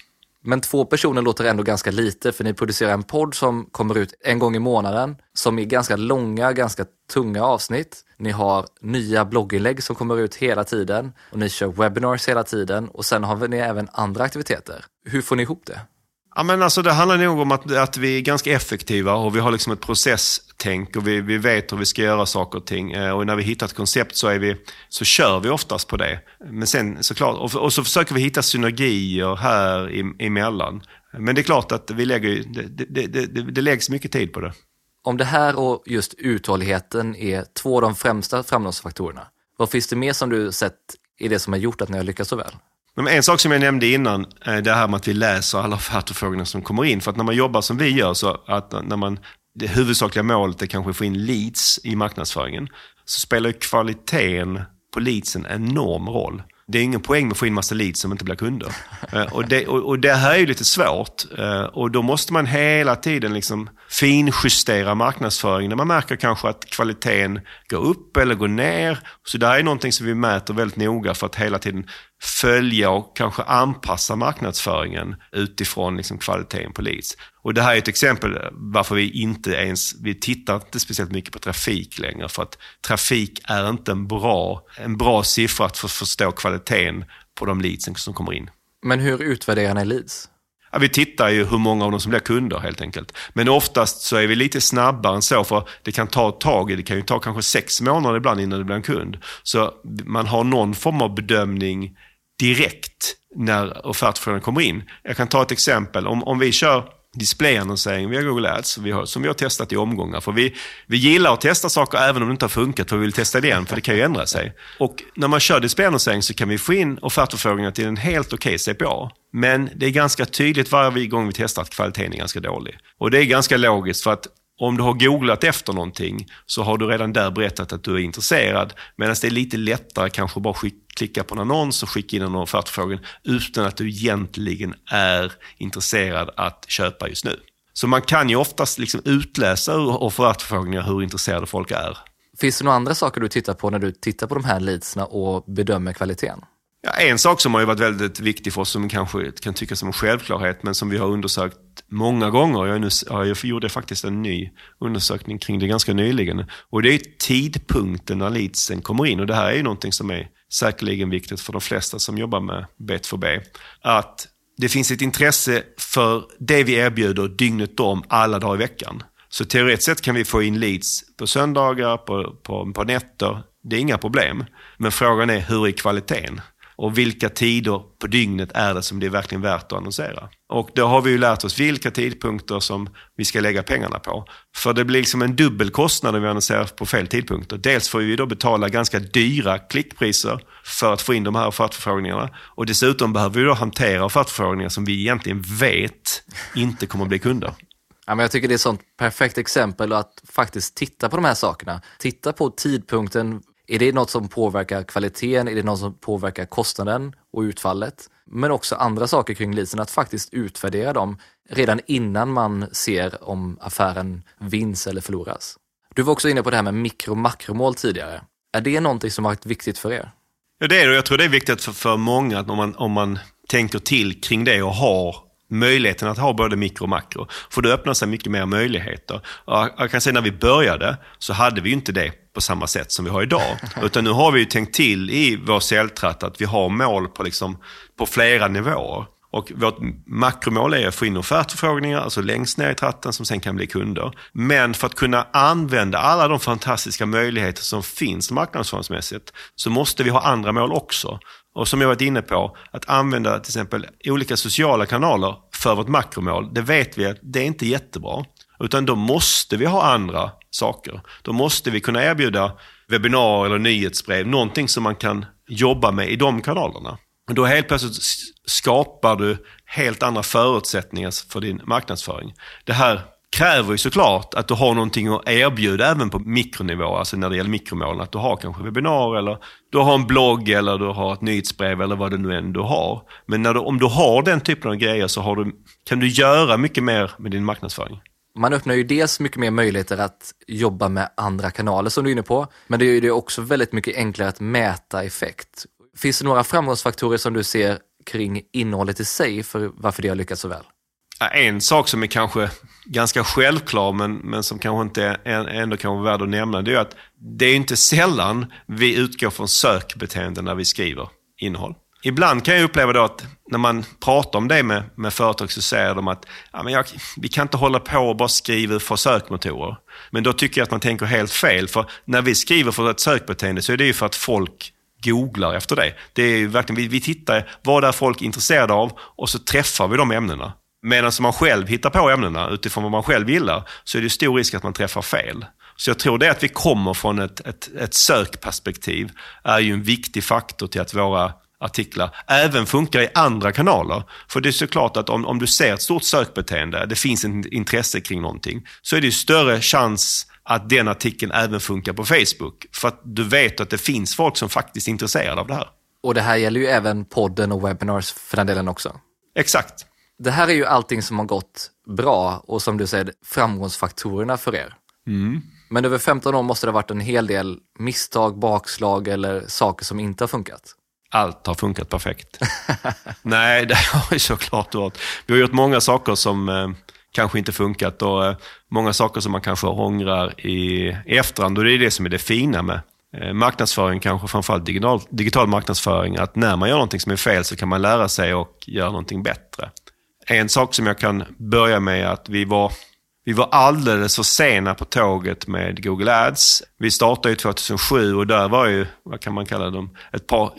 Men två personer låter ändå ganska lite, för ni producerar en podd som kommer ut en gång i månaden, som är ganska långa, ganska tunga avsnitt. Ni har nya blogginlägg som kommer ut hela tiden och ni kör webinars hela tiden och sen har ni även andra aktiviteter. Hur får ni ihop det? Ja, men alltså det handlar nog om att, att vi är ganska effektiva och vi har liksom ett processtänk och vi, vi vet hur vi ska göra saker och ting. Och när vi hittar ett koncept så, är vi, så kör vi oftast på det. Men sen såklart, och, och så försöker vi hitta synergier här emellan. Men det är klart att vi lägger, det, det, det, det, det läggs mycket tid på det. Om det här och just uthålligheten är två av de främsta framgångsfaktorerna, vad finns det mer som du sett i det som har gjort att ni har lyckats så väl? Men en sak som jag nämnde innan är det här med att vi läser alla offertförfrågningar som kommer in. För att när man jobbar som vi gör, så att när man, det huvudsakliga målet är kanske att få in leads i marknadsföringen, så spelar ju kvaliteten på leadsen en enorm roll. Det är ingen poäng med att få in massa leads som inte blir kunder. och, det, och, och det här är ju lite svårt. Och då måste man hela tiden liksom finjustera marknadsföringen när man märker kanske att kvaliteten går upp eller går ner. Så det här är någonting som vi mäter väldigt noga för att hela tiden följa och kanske anpassa marknadsföringen utifrån liksom kvaliteten på leads. Och det här är ett exempel varför vi inte ens, vi tittar inte speciellt mycket på trafik längre, för att trafik är inte en bra, en bra siffra att för, förstå kvaliteten på de leads som kommer in. Men hur utvärderar ni leads? Ja, vi tittar ju hur många av dem som blir kunder helt enkelt. Men oftast så är vi lite snabbare än så, för det kan ta ett tag, det kan ju ta kanske sex månader ibland innan det blir en kund. Så man har någon form av bedömning direkt när offertförfrågan kommer in. Jag kan ta ett exempel. Om, om vi kör displayannonsering via Google Ads, vi har, som vi har testat i omgångar. För vi, vi gillar att testa saker även om det inte har funkat, för vi vill testa det igen, för det kan ju ändra sig. Och när man kör displayannonsering så kan vi få in offertförfrågningar till en helt okej C P A. Men det är ganska tydligt varje gång vi testar att kvaliteten är ganska dålig. Och det är ganska logiskt, för att om du har googlat efter någonting så har du redan där berättat att du är intresserad. Medan det är lite lättare kanske bara skick, klicka på en annons och skicka in en offertförfrågan utan att du egentligen är intresserad att köpa just nu. Så man kan ju oftast liksom utläsa ur offertförfrågningar hur intresserade folk är. Finns det några andra saker du tittar på när du tittar på de här leadsna och bedömer kvaliteten? Ja, en sak som har ju varit väldigt viktig för oss, som kanske kan tyckas som en självklarhet, men som vi har undersökt många gånger. Jag, nu, jag gjorde faktiskt en ny undersökning kring det ganska nyligen. Och det är tidpunkten när leadsen kommer in. Och det här är ju någonting som är säkerligen viktigt för de flesta som jobbar med B två B. Att det finns ett intresse för det vi erbjuder dygnet om alla dagar i veckan. Så teoretiskt sett kan vi få in leads på söndagar, på, på, på nätter. Det är inga problem. Men frågan är, hur är kvaliteten? Och vilka tider på dygnet är det som det är verkligen värt att annonsera? Och då har vi ju lärt oss vilka tidpunkter som vi ska lägga pengarna på. För det blir liksom en dubbelkostnad om vi annonserar på fel tidpunkter. Dels får vi då betala ganska dyra klickpriser för att få in de här offertförfrågningarna. Och dessutom behöver vi då hantera offertförfrågningar som vi egentligen vet inte kommer att bli kunder. Ja, men jag tycker det är ett sånt perfekt exempel att faktiskt titta på de här sakerna. Titta på tidpunkten. Är det något som påverkar kvaliteten? Är det något som påverkar kostnaden och utfallet? Men också andra saker kring leadsen, att faktiskt utvärdera dem redan innan man ser om affären vinns eller förloras. Du var också inne på det här med mikro- och makromål tidigare. Är det någonting som har varit viktigt för er? Ja, det är det. Jag tror det är viktigt för, för många att om man, om man tänker till kring det och har möjligheten att ha både mikro och makro. För det öppnar sig mycket mer möjligheter. Och jag kan säga när vi började så hade vi inte det på samma sätt som vi har idag. Utan nu har vi ju tänkt till i vår säljtratt att vi har mål på, liksom, på flera nivåer. Och vårt makromål är att få in offertförfrågningar, alltså längst ner i tratten, som sen kan bli kunder. Men för att kunna använda alla de fantastiska möjligheter som finns marknadsföringsmässigt så måste vi ha andra mål också. Och som jag varit inne på, att använda till exempel olika sociala kanaler för vårt makromål, det vet vi att det är inte jättebra. Utan då måste vi ha andra saker. Då måste vi kunna erbjuda webbinar eller nyhetsbrev, någonting som man kan jobba med i de kanalerna. Och då helt plötsligt skapar du helt andra förutsättningar för din marknadsföring. Det här kräver ju såklart att du har någonting att erbjuda även på mikronivå, alltså när det gäller mikromålen, att du har kanske webbinar eller du har en blogg eller du har ett nyhetsbrev eller vad det nu än du har. Men när du, om du har den typen av grejer så har du, kan du göra mycket mer med din marknadsföring. Man öppnar ju dels mycket mer möjligheter att jobba med andra kanaler som du är inne på, men det är ju också väldigt mycket enklare att mäta effekt. Finns det några framgångsfaktorer som du ser kring innehållet i sig för varför det har lyckats så väl? En sak som är kanske ganska självklar men, men som kanske inte är ändå kan vara värd att nämna, det är att det är inte sällan vi utgår från sökbeteenden när vi skriver innehåll. Ibland kan jag uppleva då att när man pratar om det med, med företag så säger de att ja, men jag, vi kan inte hålla på och bara skriva för sökmotorer. Men då tycker jag att man tänker helt fel, för när vi skriver för ett sökbeteende så är det ju för att folk googlar efter det. Det är ju verkligen, vi, vi tittar vad är folk intresserade av och så träffar vi de ämnena. Medan man själv hittar på ämnena utifrån vad man själv gillar så är det stor risk att man träffar fel. Så jag tror det att vi kommer från ett, ett, ett sökperspektiv är ju en viktig faktor till att våra artiklar även funkar i andra kanaler. För det är såklart att om, om du ser ett stort sökbeteende, det finns en intresse kring någonting, så är det ju större chans att den artikeln även funkar på Facebook. För att du vet att det finns folk som faktiskt är intresserade av det här. Och det här gäller ju även podden och webinars för den delen också. Exakt. Det här är ju allting som har gått bra och som du säger framgångsfaktorerna för er. Mm. Men över femton år måste det ha varit en hel del misstag, bakslag eller saker som inte har funkat. Allt har funkat perfekt. Nej, det har ju såklart varit. Vi har gjort många saker som eh, kanske inte funkat och eh, många saker som man kanske ångrar i, i efterhand. Och det är det som är det fina med eh, marknadsföring, kanske framförallt digital, digital marknadsföring. Att när man gör någonting som är fel så kan man lära sig och göra någonting bättre. En sak som jag kan börja med är att vi var, vi var alldeles för sena på tåget med Google Ads. Vi startade ju tjugohundrasju och där var ju, vad kan man kalla dem, ett par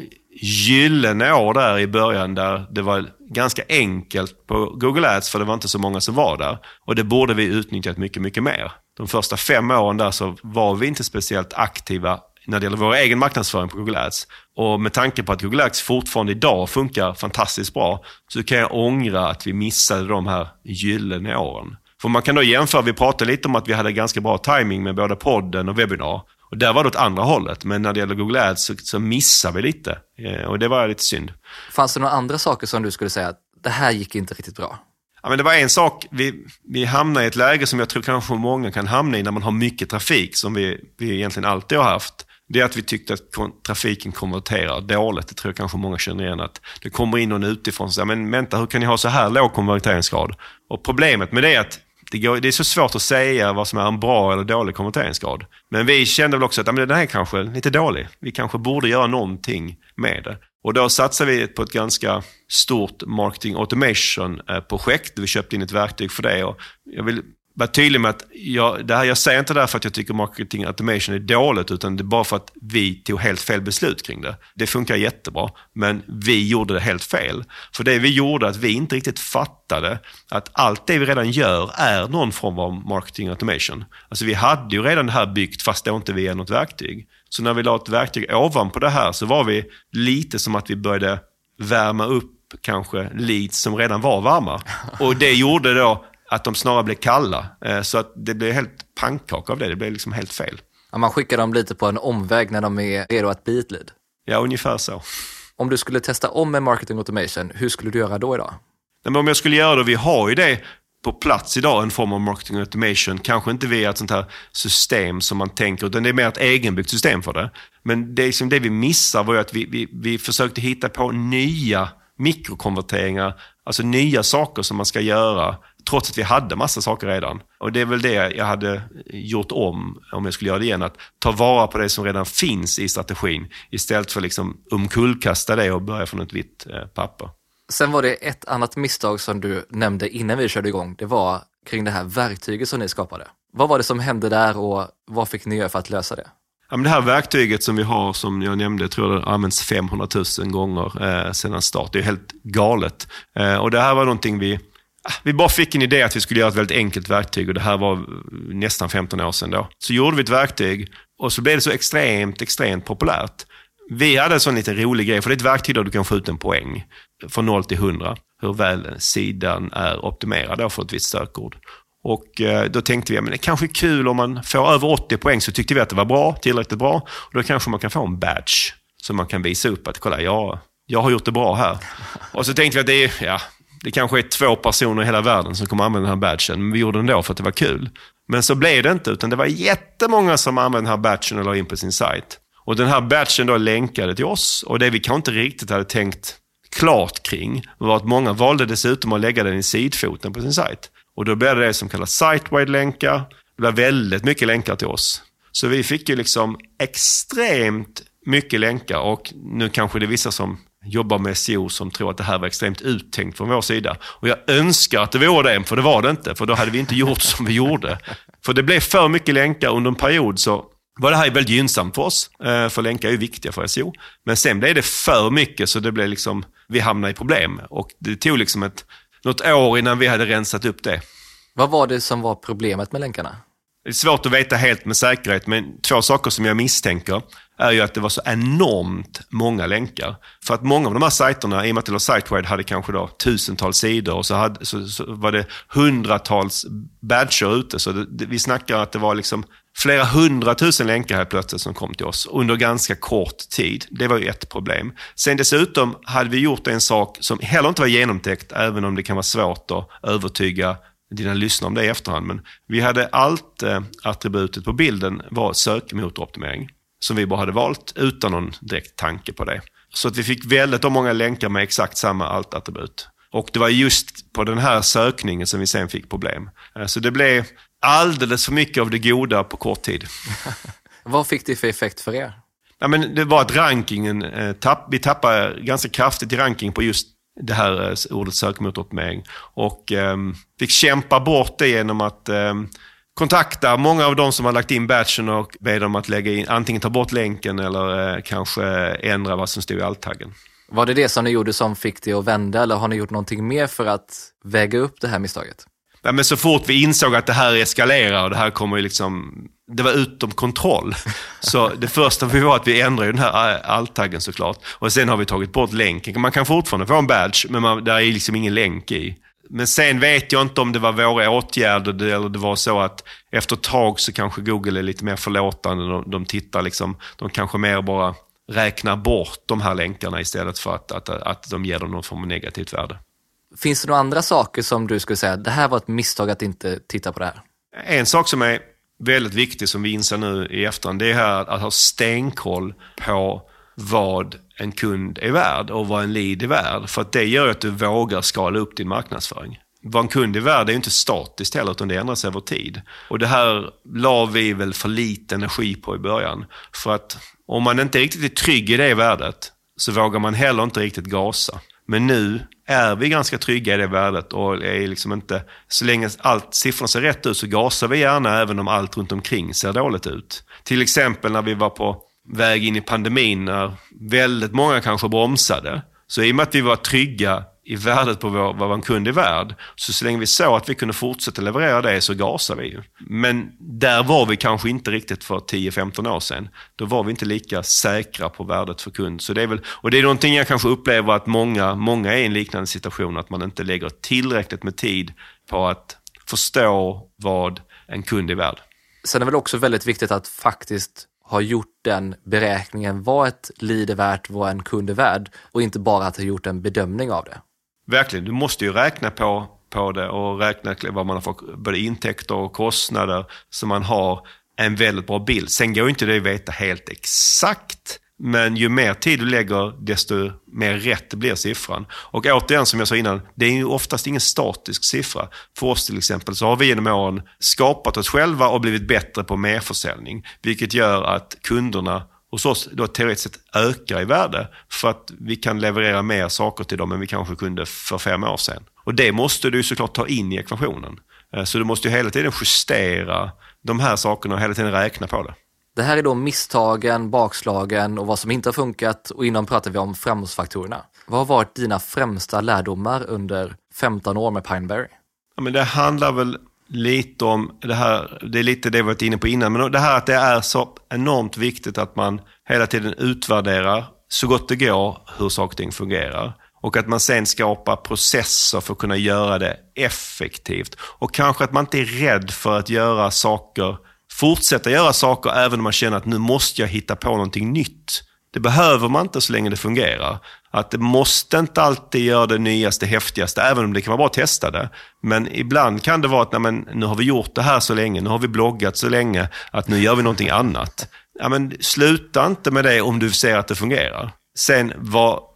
gyllene år där i början där det var ganska enkelt på Google Ads för det var inte så många som var där. Och det borde vi utnyttjat mycket, mycket mer. De första fem åren där så var vi inte speciellt aktiva när det gäller vår egen marknadsföring på Google Ads. Och med tanke på att Google Ads fortfarande idag funkar fantastiskt bra så kan jag ångra att vi missade de här gyllene åren. För man kan då jämföra, vi pratade lite om att vi hade ganska bra timing med både podden och webbinar. Och där var det åt andra hållet. Men när det gäller Google Ads så, så missade vi lite. Eh, och det var lite synd. Fanns det några andra saker som du skulle säga att det här gick inte riktigt bra? Ja, men det var en sak. Vi, vi hamnade i ett läge som jag tror kanske många kan hamna i när man har mycket trafik som vi, vi egentligen alltid har haft. Det är att vi tyckte att trafiken konverterar dåligt. Det tror jag kanske många känner igen. Att det kommer in någon utifrån och säger, men vänta, hur kan ni ha så här låg konverteringsgrad? Och problemet med det är att det, går, det är så svårt att säga vad som är en bra eller dålig konverteringsgrad. Men vi kände väl också att ja, men den här är kanske lite dålig. Vi kanske borde göra någonting med det. Och då satsade vi på ett ganska stort marketing automation-projekt. Vi köpte in ett verktyg för det. Och jag vill vara tydlig med att jag, det här, jag säger inte därför att jag tycker marketing automation är dåligt, utan det är bara för att vi tog helt fel beslut kring det. Det funkar jättebra, men vi gjorde det helt fel. För det vi gjorde att vi inte riktigt fattade att allt det vi redan gör är någon form av marketing automation. Alltså vi hade ju redan det här byggt fast då inte vi är något verktyg. Så när vi la ett verktyg ovanpå det här så var vi lite som att vi började värma upp kanske leads som redan var varma. Och det gjorde då att de snarare blev kalla. Så att det blev helt pannkaka av det. Det blev liksom helt fel. Ja, man skickar dem lite på en omväg när de är redo att bli ett lead. Ja, ungefär så. Om du skulle testa om med marketing automation, hur skulle du göra då idag? Nej, men om jag skulle göra det, vi har ju det på plats idag, en form av marketing automation. Kanske inte via ett sånt här system som man tänker, utan det är mer ett egenbyggt system för det. Men det, liksom det vi missar var ju att vi, vi, vi försökte hitta på nya mikrokonverteringar, alltså nya saker som man ska göra, trots att vi hade massa saker redan. Och det är väl det jag hade gjort om, om jag skulle göra det igen, att ta vara på det som redan finns i strategin, istället för liksom omkullkasta det och börja från ett vitt eh, papper. Sen var det ett annat misstag som du nämnde innan vi körde igång. Det var kring det här verktyget som ni skapade. Vad var det som hände där och vad fick ni göra för att lösa det? Ja, men det här verktyget som vi har, som jag nämnde, tror jag det används femhundratusen gånger eh, sedan start. Det är helt galet. Eh, och det här var någonting vi... Vi bara fick en idé att vi skulle göra ett väldigt enkelt verktyg, och det här var nästan femton år sedan då. Så gjorde vi ett verktyg och så blev det så extremt, extremt populärt. Vi hade en sån liten rolig grej, för det är ett verktyg där du kan få ut en poäng från noll till hundra. Hur väl sidan är optimerad då för ett visst sökord. Och eh, då tänkte vi, men det är kanske kul om man får över åttio poäng, så tyckte vi att det var bra, tillräckligt bra. Och då kanske man kan få en badge som man kan visa upp att kolla, ja, jag har gjort det bra här. Och så tänkte vi att det är, ja, det kanske är två personer i hela världen som kommer använda den här badgen. Men vi gjorde den då för att det var kul. Men så blev det inte, utan det var jättemånga som använde den här badgen och la in på sin sajt. Och den här badgen då länkade till oss. Och det vi kanske inte riktigt hade tänkt klart kring var att många valde dessutom att lägga den i sidfoten på sin sajt. Och då blev det det som kallas site-wide-länkar. Det blev väldigt mycket länkar till oss. Så vi fick ju liksom extremt mycket länkar, och nu kanske det är vissa som jobbar med S E O som tror att det här var extremt uttänkt från vår sida. Och jag önskar att det var det, för det var det inte. För då hade vi inte gjort som vi gjorde. För det blev för mycket länkar under en period, så var det här väldigt gynnsamt för oss. För länkar är ju viktiga för S E O. Men sen blev det för mycket, så det blev liksom, vi hamnade i problem. Och det tog liksom ett, något år innan vi hade rensat upp det. Vad var det som var problemet med länkarna? Det är svårt att veta helt med säkerhet, men två saker som jag misstänker är ju att det var så enormt många länkar. För att många av de här sajterna, i och med att det var site-wide, hade kanske då tusentals sidor, och så, hade, så, så var det hundratals badger ute. Så det, det, vi snackar att det var liksom flera hundratusen länkar här plötsligt som kom till oss under ganska kort tid. Det var ju ett problem. Sen dessutom hade vi gjort en sak som heller inte var genomtäckt, även om det kan vara svårt att övertyga dina lyssnare om det i efterhand. Men vi hade allt eh, attributet på bilden var sökmotoroptimering, som vi bara hade valt utan någon direkt tanke på det. Så att vi fick väldigt många länkar med exakt samma allt-attribut. Och det var just på den här sökningen som vi sen fick problem. Eh, så det blev alldeles för mycket av det goda på kort tid. Vad fick det för effekt för er? Ja, men det var att rankingen, eh, tapp, vi tappade ganska kraftigt i ranking på just det här eh, ordet sökmotoroptimering. Och eh, fick kämpa bort det genom att eh, kontakta många av de som har lagt in batchen och be dem att lägga in, antingen ta bort länken eller eh, kanske ändra vad som stod i alt-taggen. Var det det som ni gjorde som fick det att vända, eller har ni gjort någonting mer för att väga upp det här misstaget? Ja, men så fort vi insåg att det här eskalerar och det här kommer ju liksom, det var utom kontroll. Så det första vi var att vi ändrade den här alt-taggen såklart. Och sen har vi tagit bort länken. Man kan fortfarande få en badge, men man, där är liksom ingen länk i. Men sen vet jag inte om det var våra åtgärder eller det var så att efter ett tag så kanske Google är lite mer förlåtande. De, de tittar liksom, de kanske mer bara räknar bort de här länkarna istället för att, att, att de ger dem någon form av negativt värde. Finns det några andra saker som du skulle säga, det här var ett misstag att inte titta på det här? En sak som är väldigt viktig som vi inser nu i efterhand, det är här att ha stenkoll på vad en kund är värd och vad en lead är värd. För att det gör att du vågar skala upp din marknadsföring. Vad en kund är värd är ju inte statiskt heller, utan det ändrar sig över tid. Och det här la vi väl för lite energi på i början. För att om man inte riktigt är trygg i det värdet så vågar man heller inte riktigt gasa. Men nu är vi ganska trygga i det värdet och är liksom inte, så länge allt siffrorna ser rätt ut så gasar vi gärna även om allt runt omkring ser dåligt ut. Till exempel när vi var på väg in i pandemin när väldigt många kanske bromsade. Så i och med att vi var trygga i värdet på vad, vad en kund är värd, så så länge vi såg att vi kunde fortsätta leverera det så gasar vi ju. Men där var vi kanske inte riktigt för tio femton år sedan. Då var vi inte lika säkra på värdet för kund. Så det är väl, och det är någonting jag kanske upplever att många, många är i en liknande situation, att man inte lägger tillräckligt med tid på att förstå vad en kund är värd. Sen är det väl också väldigt viktigt att faktiskt ha gjort den beräkningen, vad ett lead är värt, vad en kund är värd, och inte bara att ha gjort en bedömning av det. Verkligen, du måste ju räkna på, på det och räkna vad man har fått, både intäkter och kostnader, så man har en väldigt bra bild. Sen går inte det att veta helt exakt, men ju mer tid du lägger desto mer rätt blir siffran. Och återigen som jag sa innan, det är ju oftast ingen statisk siffra. För oss till exempel så har vi genom åren skapat oss själva och blivit bättre på merförsäljning. Vilket gör att kunderna hos oss då teoretiskt sett ökar i värde för att vi kan leverera mer saker till dem än vi kanske kunde för fem år sedan. Och det måste du såklart ta in i ekvationen. Så du måste ju hela tiden justera de här sakerna och hela tiden räkna på det. Det här är då misstagen, bakslagen och vad som inte har funkat, och inom pratar vi om framgångsfaktorerna. Vad har varit dina främsta lärdomar under femton år med Pineberry? Ja, men det handlar väl lite om det här, det är lite det vi varit inne på innan, men det här att det är så enormt viktigt att man hela tiden utvärderar så gott det går hur saker och ting fungerar. Och att man sen skapar processer för att kunna göra det effektivt. Och kanske att man inte är rädd för att göra saker, fortsätta göra saker även om man känner att nu måste jag hitta på någonting nytt. Det behöver man inte så länge det fungerar. Att det måste inte alltid göra det nyaste, häftigaste, även om det kan vara bra att testa det. Men ibland kan det vara att nej, men, nu har vi gjort det här så länge, nu har vi bloggat så länge, att nu gör vi någonting annat. Ja, men sluta inte med det om du ser att det fungerar. Sen var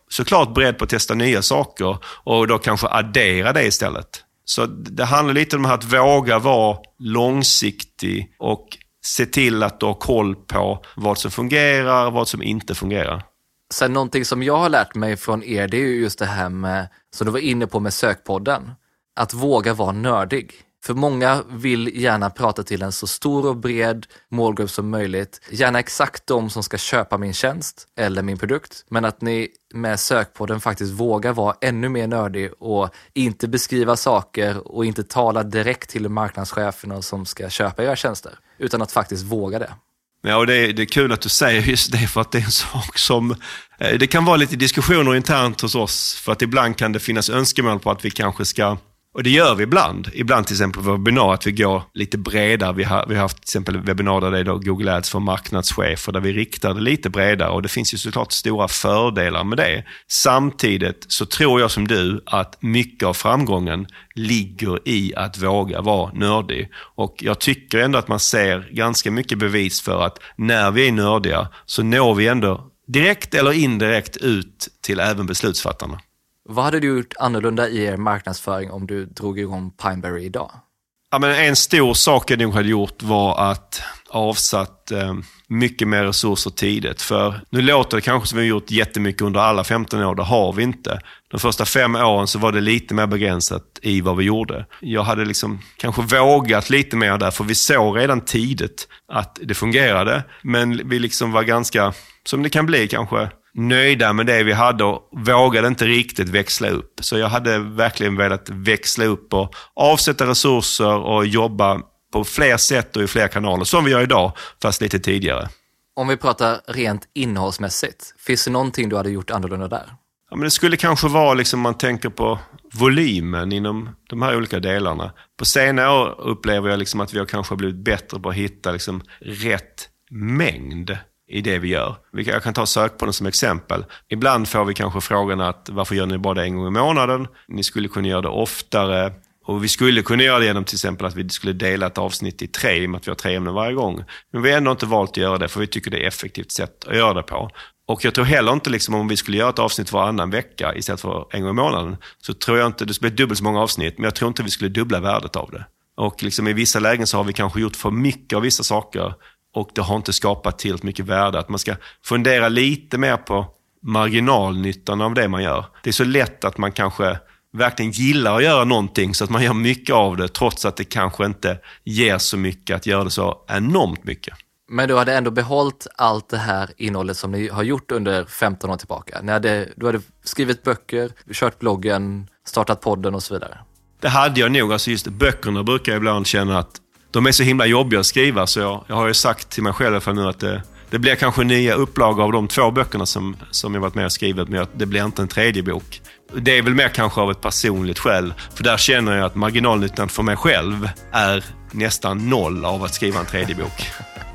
såklart beredd på att testa nya saker och då kanske addera det istället. Så det handlar lite om att våga vara långsiktig och se till att du har koll på vad som fungerar och vad som inte fungerar. Sen någonting som jag har lärt mig från er, det är ju just det här med, som du var inne på med sökpodden, att våga vara nördig. För många vill gärna prata till en så stor och bred målgrupp som möjligt. Gärna exakt de som ska köpa min tjänst eller min produkt. Men att ni med sökpodden faktiskt vågar vara ännu mer nördig och inte beskriva saker och inte tala direkt till marknadscheferna som ska köpa era tjänster. Utan att faktiskt våga det. Ja, och det är, det är kul att du säger just det, för att det är en sak som... Eh, det kan vara lite diskussioner internt hos oss, för att ibland kan det finnas önskemål på att vi kanske ska... Och det gör vi ibland. Ibland till exempel på webbinar att vi går lite bredare. Vi har, vi har haft till exempel webbinar där det är då Google Ads för marknadschefer där vi riktar det lite bredare. Och det finns ju såklart stora fördelar med det. Samtidigt så tror jag som du att mycket av framgången ligger i att våga vara nördig. Och jag tycker ändå att man ser ganska mycket bevis för att när vi är nördiga så når vi ändå direkt eller indirekt ut till även beslutsfattarna. Vad hade du gjort annorlunda i er marknadsföring om du drog igång Pineberry idag? Ja, men en stor sak jag nog hade gjort var att avsatt eh, mycket mer resurser tidigt. För nu låter det kanske som vi har gjort jättemycket under alla femton år, det har vi inte. De första fem åren så var det lite mer begränsat i vad vi gjorde. Jag hade liksom kanske vågat lite mer där, för vi såg redan tidigt att det fungerade. Men vi liksom var ganska, som det kan bli kanske, nöjda med det vi hade och vågade inte riktigt växla upp. Så jag hade verkligen velat växla upp och avsätta resurser och jobba på fler sätt och i fler kanaler som vi gör idag, fast lite tidigare. Om vi pratar rent innehållsmässigt, finns det någonting du hade gjort annorlunda där? Ja, men det skulle kanske vara liksom man tänker på volymen inom de här olika delarna. På senare år upplever jag liksom att vi har kanske blivit bättre på att hitta liksom rätt mängd i det vi gör. Jag kan ta sökpodden som exempel. Ibland får vi kanske frågan att varför gör ni bara det en gång i månaden? Ni skulle kunna göra det oftare. Och vi skulle kunna göra det genom till exempel att vi skulle dela ett avsnitt i tre, med att vi har tre ämnen varje gång. Men vi har ändå inte valt att göra det, för vi tycker det är ett effektivt sätt att göra det på. Och jag tror heller inte liksom om vi skulle göra ett avsnitt varannan vecka istället för en gång i månaden, så tror jag inte, det skulle bli dubbelt så många avsnitt, men jag tror inte vi skulle dubbla värdet av det. Och liksom i vissa lägen så har vi kanske gjort för mycket av vissa saker och det har inte skapat tillräckligt mycket värde. Att man ska fundera lite mer på marginalnyttan av det man gör. Det är så lätt att man kanske verkligen gillar att göra någonting så att man gör mycket av det, trots att det kanske inte ger så mycket att göra det så enormt mycket. Men du hade ändå behållit allt det här innehållet som ni har gjort under femton år tillbaka. Ni hade, du hade skrivit böcker, kört bloggen, startat podden och så vidare. Det hade jag nog. Alltså just böckerna brukar jag ibland känna att de är så himla jobbiga att skriva. Så jag, jag har ju sagt till mig själv för nu att det, det blir kanske nya upplagor av de två böckerna som, som jag varit med och skrivit. Men det blir inte en tredje bok. Det är väl mer kanske av ett personligt skäl. För där känner jag att marginalnyttan för mig själv är nästan noll av att skriva en tredje bok.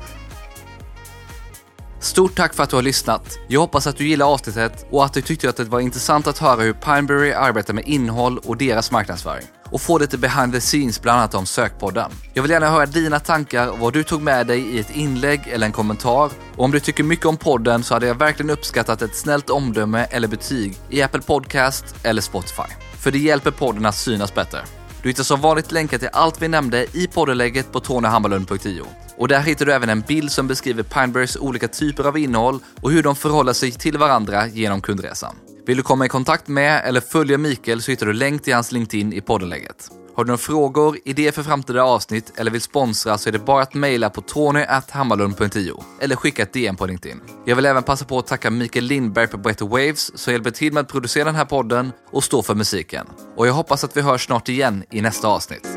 Stort tack för att du har lyssnat. Jag hoppas att du gillar avsnittet och att du tyckte att det var intressant att höra hur Pineberry arbetar med innehåll och deras marknadsföring. Och få lite behind the scenes bland annat om sökpodden. Jag vill gärna höra dina tankar och vad du tog med dig i ett inlägg eller en kommentar. Och om du tycker mycket om podden så hade jag verkligen uppskattat ett snällt omdöme eller betyg i Apple Podcast eller Spotify. För det hjälper podden att synas bättre. Du hittar som vanligt länkar till allt vi nämnde i poddenlägget på tony hammarlund punkt io. Och där hittar du även en bild som beskriver Pineberrys olika typer av innehåll och hur de förhåller sig till varandra genom kundresan. Vill du komma i kontakt med eller följa Mikael så hittar du länk till hans LinkedIn i poddenlägget. Har du några frågor, idéer för framtida avsnitt eller vill sponsra så är det bara att mejla på tony at hammarlund punkt io eller skicka ett D M på LinkedIn. Jag vill även passa på att tacka Mikael Lindberg på Better Waves som hjälper till med att producera den här podden och stå för musiken. Och jag hoppas att vi hörs snart igen i nästa avsnitt.